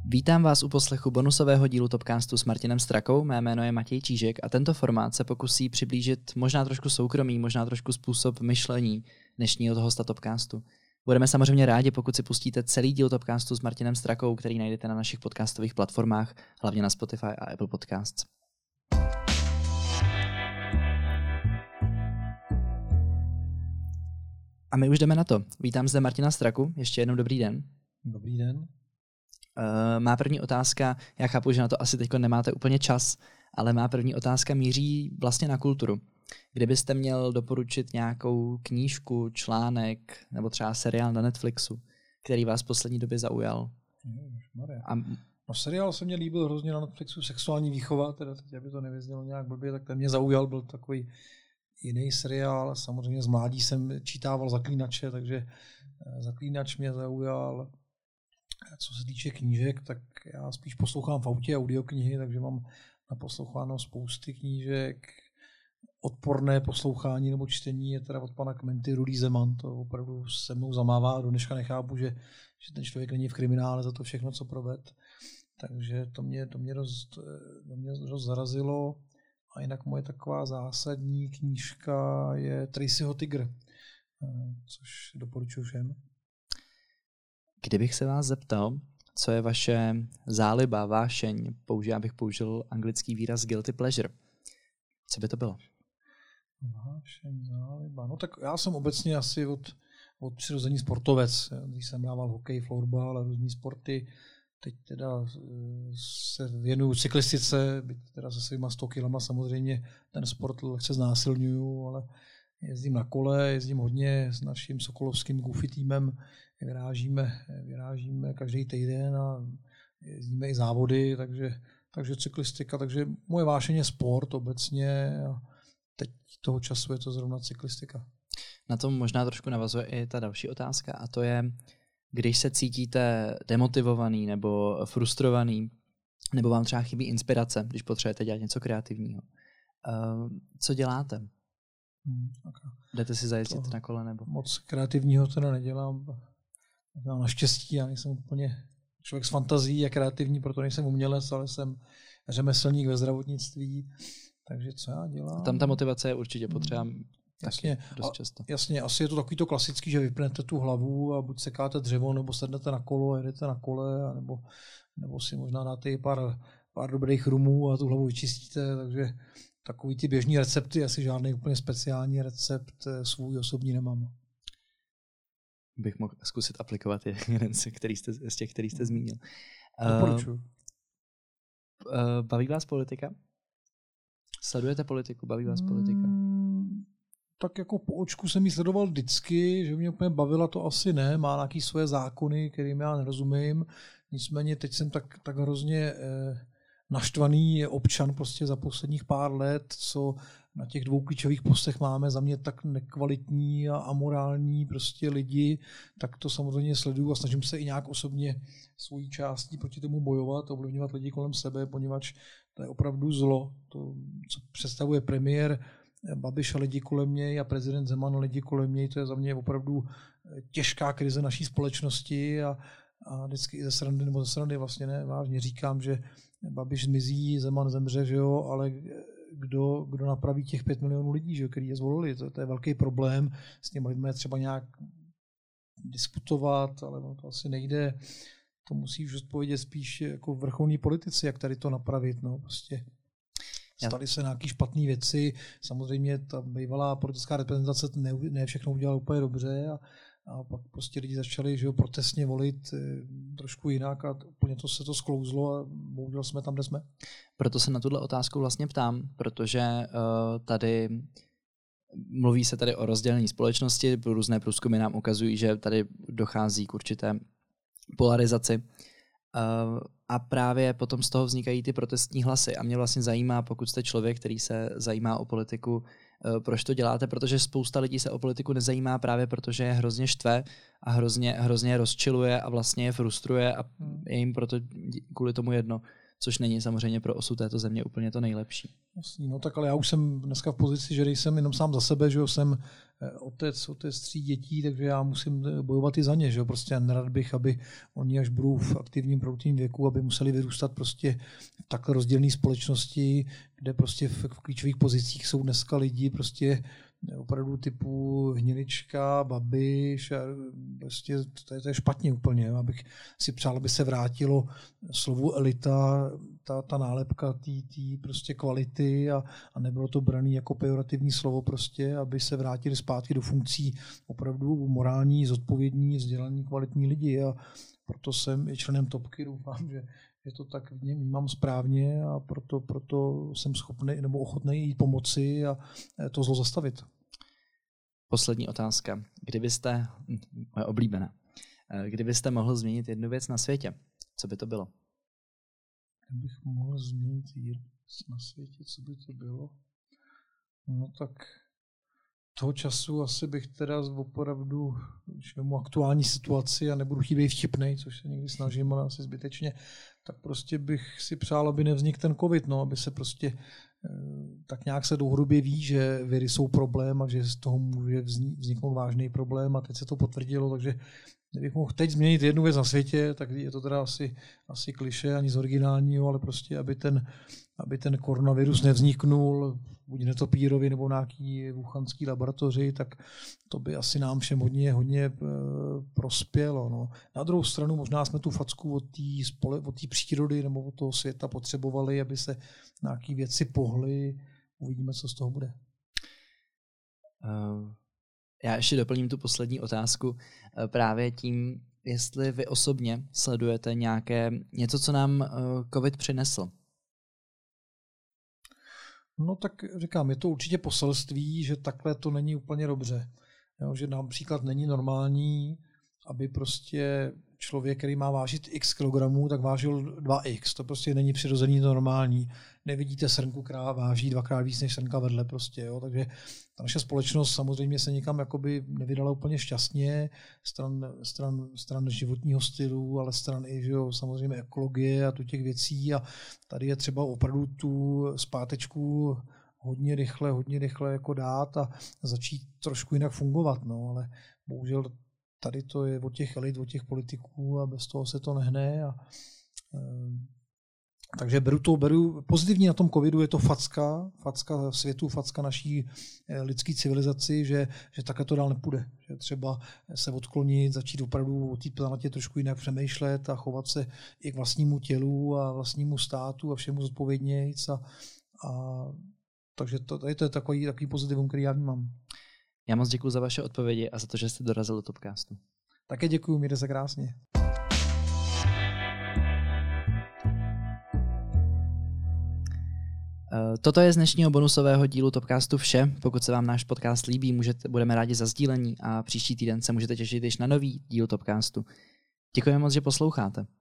Vítám vás u poslechu bonusového dílu Topcastu s Martinem Strakou. Mé jméno je Matěj Čížek a tento formát se pokusí přiblížit možná trošku soukromý, možná trošku způsob myšlení dnešního hosta Topcastu. Budeme samozřejmě rádi, pokud si pustíte celý díl Topcastu s Martinem Strakou, který najdete na našich podcastových platformách, hlavně na Spotify a Apple Podcasts. A my už jdeme na to. Vítám zde Martina Straku. Ještě jednou dobrý den. Dobrý den. Má první otázka, já chápu, že na to asi teď nemáte úplně čas, ale má první otázka míří vlastně na kulturu. Kdybyste měl doporučit nějakou knížku, článek nebo třeba seriál na Netflixu, který vás v poslední době zaujal? No, seriál se mě líbil hrozně na Netflixu, Sexuální výchova, teda teď, aby to nevyznělo nějak blbě, tak ten mě zaujal, byl takový jiný seriál. Samozřejmě z mládí jsem čítával Zaklínače, takže Zaklínač mě zaujal. Co se týče knížek, tak já spíš poslouchám v autě audioknihy, takže mám naposloucháno spousty knížek. Odporné poslouchání nebo čtení je teda od pana Kmenty Rudý Zeman. To opravdu se mnou zamává a do dneška nechápu, že ten člověk není v kriminále za to všechno, co proved. Takže to mě dost zarazilo. A jinak moje taková zásadní knížka je Tracyho Tygr, což doporučuji všem. Kdybych se vás zeptal, co je vaše záliba, vášeň, abych použil anglický výraz guilty pleasure, co by to bylo? Vášeň, záliba. No tak já jsem obecně asi od přirození sportovec. Když jsem hrával hokej, florbal a různý sporty. Teď teda se věnuju cyklistice, byť teda se svýma 100 kilama samozřejmě ten sport lehce znásilňuju, ale jezdím na kole, jezdím hodně s naším sokolovským Goofy týmem, vyrážíme každý týden a jezdíme i závody, takže cyklistika, takže moje vášeň je sport obecně a teď toho času je to zrovna cyklistika. Na tom možná trošku navazuje i ta další otázka a to je, když se cítíte demotivovaný nebo frustrovaný, nebo vám třeba chybí inspirace, když potřebujete dělat něco kreativního. Co děláte? Okay. Jdete si zajezdit na kole? Nebo? Moc kreativního teda nedělám. Naštěstí, já nejsem úplně člověk s fantazií a kreativní, proto nejsem umělec, ale jsem řemeslník ve zdravotnictví. Takže co já dělám? Tam ta motivace je určitě potřeba. Jasně, dost často. Jasně, asi je to takový to klasický, že vypnete tu hlavu a buď sekáte dřevo, nebo sednete na kolo a jedete na kole, nebo si možná dáte i pár dobrých rumů a tu hlavu vyčistíte, takže takový ty běžný recepty, asi žádný úplně speciální recept svůj osobní nemám. Bych mohl zkusit aplikovat jeden z těch, který jste zmínil. Doporučuji. Baví vás politika? Sledujete politiku? Baví vás politika? Tak jako po očku jsem ji sledoval vždycky, že mě úplně bavila, to asi ne. Má nějaké svoje zákony, kterým já nerozumím. Nicméně teď jsem tak hrozně naštvaný občan prostě za posledních pár let, co na těch 2 klíčových postech máme za mě tak nekvalitní a amorální prostě lidi, tak to samozřejmě sleduju a snažím se i nějak osobně svojí částí proti tomu bojovat, ovlivňovat lidi kolem sebe, poněvadž to je opravdu zlo. To, co představuje premiér Babiš a lidi kolem něj a prezident Zeman a lidi kolem něj, to je za mě opravdu těžká krize naší společnosti a vždycky i ze srandy vlastně ne, vážně říkám, že Babiš zmizí, Zeman zemře, že jo, ale kdo napraví těch 5 milionů lidí, že jo, který je zvolili, to je velký problém, s těmi lidmi třeba nějak diskutovat, ale to asi nejde, to musí už odpovědět spíš jako vrcholní politici, jak tady to napravit, no prostě. Staly se nějaké špatné věci, samozřejmě ta bývalá politická reprezentace ne všechno udělala úplně dobře a pak prostě lidi začali, že jo, protestně volit trošku jinak a úplně se to sklouzlo a bohužel jsme tam, kde jsme. Proto se na tuhle otázku vlastně ptám, protože tady mluví se tady o rozdělení společnosti, různé průzkumy nám ukazují, že tady dochází k určité polarizaci a právě potom z toho vznikají ty protestní hlasy a mě vlastně zajímá, pokud jste člověk, který se zajímá o politiku, proč to děláte, protože spousta lidí se o politiku nezajímá právě protože je hrozně štve a hrozně rozčiluje a vlastně je frustruje a je jim proto kvůli tomu jedno, což není samozřejmě pro osud této země úplně to nejlepší. Jasný, no tak ale já už jsem dneska v pozici, že nejsem jenom sám za sebe, že jo, jsem otec 3 dětí, takže já musím bojovat i za ně, že jo, prostě nerad bych, aby oni až budou v aktivním produktivním věku, aby museli vyrůstat prostě v takhle rozdělené společnosti, kde prostě v klíčových pozicích jsou dneska lidi prostě opravdu typu Hnilička, Babiš, prostě to je špatně úplně. Abych si přál, aby se vrátilo slovu elita, ta nálepka té prostě kvality a nebylo to brané jako pejorativní slovo prostě, aby se vrátili zpátky do funkcí opravdu morální, zodpovědní, vzdělaní, kvalitní lidi a proto jsem i členem Topky, doufám, že to tak vnímám správně a proto jsem schopný nebo ochotný jít pomoci a to zlo zastavit. Poslední otázka. Moje oblíbená. Kdybyste mohl změnit jednu věc na světě, co by to bylo? Kdybych mohl změnit jednu věc na světě, co by to bylo? No tak toho času asi bych teda opravdu, když vemu aktuální situaci a nebudu chtít být vtipnej, což se někdy snažím, ale asi zbytečně, tak prostě bych si přál, aby nevznikl ten covid, no, aby se prostě tak nějak se dlouhodobě ví, že viry jsou problém a že z toho může vzniknout vážný problém a teď se to potvrdilo, takže kdybych mohl teď změnit jednu věc na světě, tak je to teda asi klišé, ani z originálního, ale prostě, aby ten koronavirus nevzniknul buď Netopírovi nebo nějaký wuchanský laboratoři, tak to by asi nám všem hodně prospělo. No. Na druhou stranu možná jsme tu facku od té přírody nebo od toho světa potřebovali, aby se nějaké věci pohly. Uvidíme, co z toho bude. Já ještě doplním tu poslední otázku právě tím, jestli vy osobně sledujete něco, co nám COVID přinesl. No tak říkám, je to určitě poselství, že takhle to není úplně dobře. Jo, že například není normální, aby prostě člověk, který má vážit x kilogramů, tak vážil 2x. To prostě není přirozený, normální. Nevidíte srnku, která váží 2x víc než srnka vedle prostě. Jo. Takže ta naše společnost samozřejmě se nikam jakoby nevydala úplně šťastně, stran životního stylu, ale stran i že jo, samozřejmě ekologie a tu těch věcí. A tady je třeba opravdu tu zpátečku hodně rychle jako dát a začít trošku jinak fungovat. No. Ale bohužel tady to je od těch elit, od těch politiků a bez toho se to nehne. Takže beru pozitivní na tom covidu, je to facka světu, facka naší lidské civilizaci, že takhle to dál nepůjde. Že třeba se odklonit, začít opravdu o té planetě trošku jinak přemýšlet a chovat se i k vlastnímu tělu a vlastnímu státu a všemu zodpovědnějc. Takže to je takový pozitivum, který já vnímám. Já moc děkuji za vaše odpovědi a za to, že jste dorazil do Topcastu. Také děkuji, mějte se krásně. Toto je z dnešního bonusového dílu Topcastu vše. Pokud se vám náš podcast líbí, budeme rádi za sdílení a příští týden se můžete těšit již na nový díl Topcastu. Děkujeme moc, že posloucháte.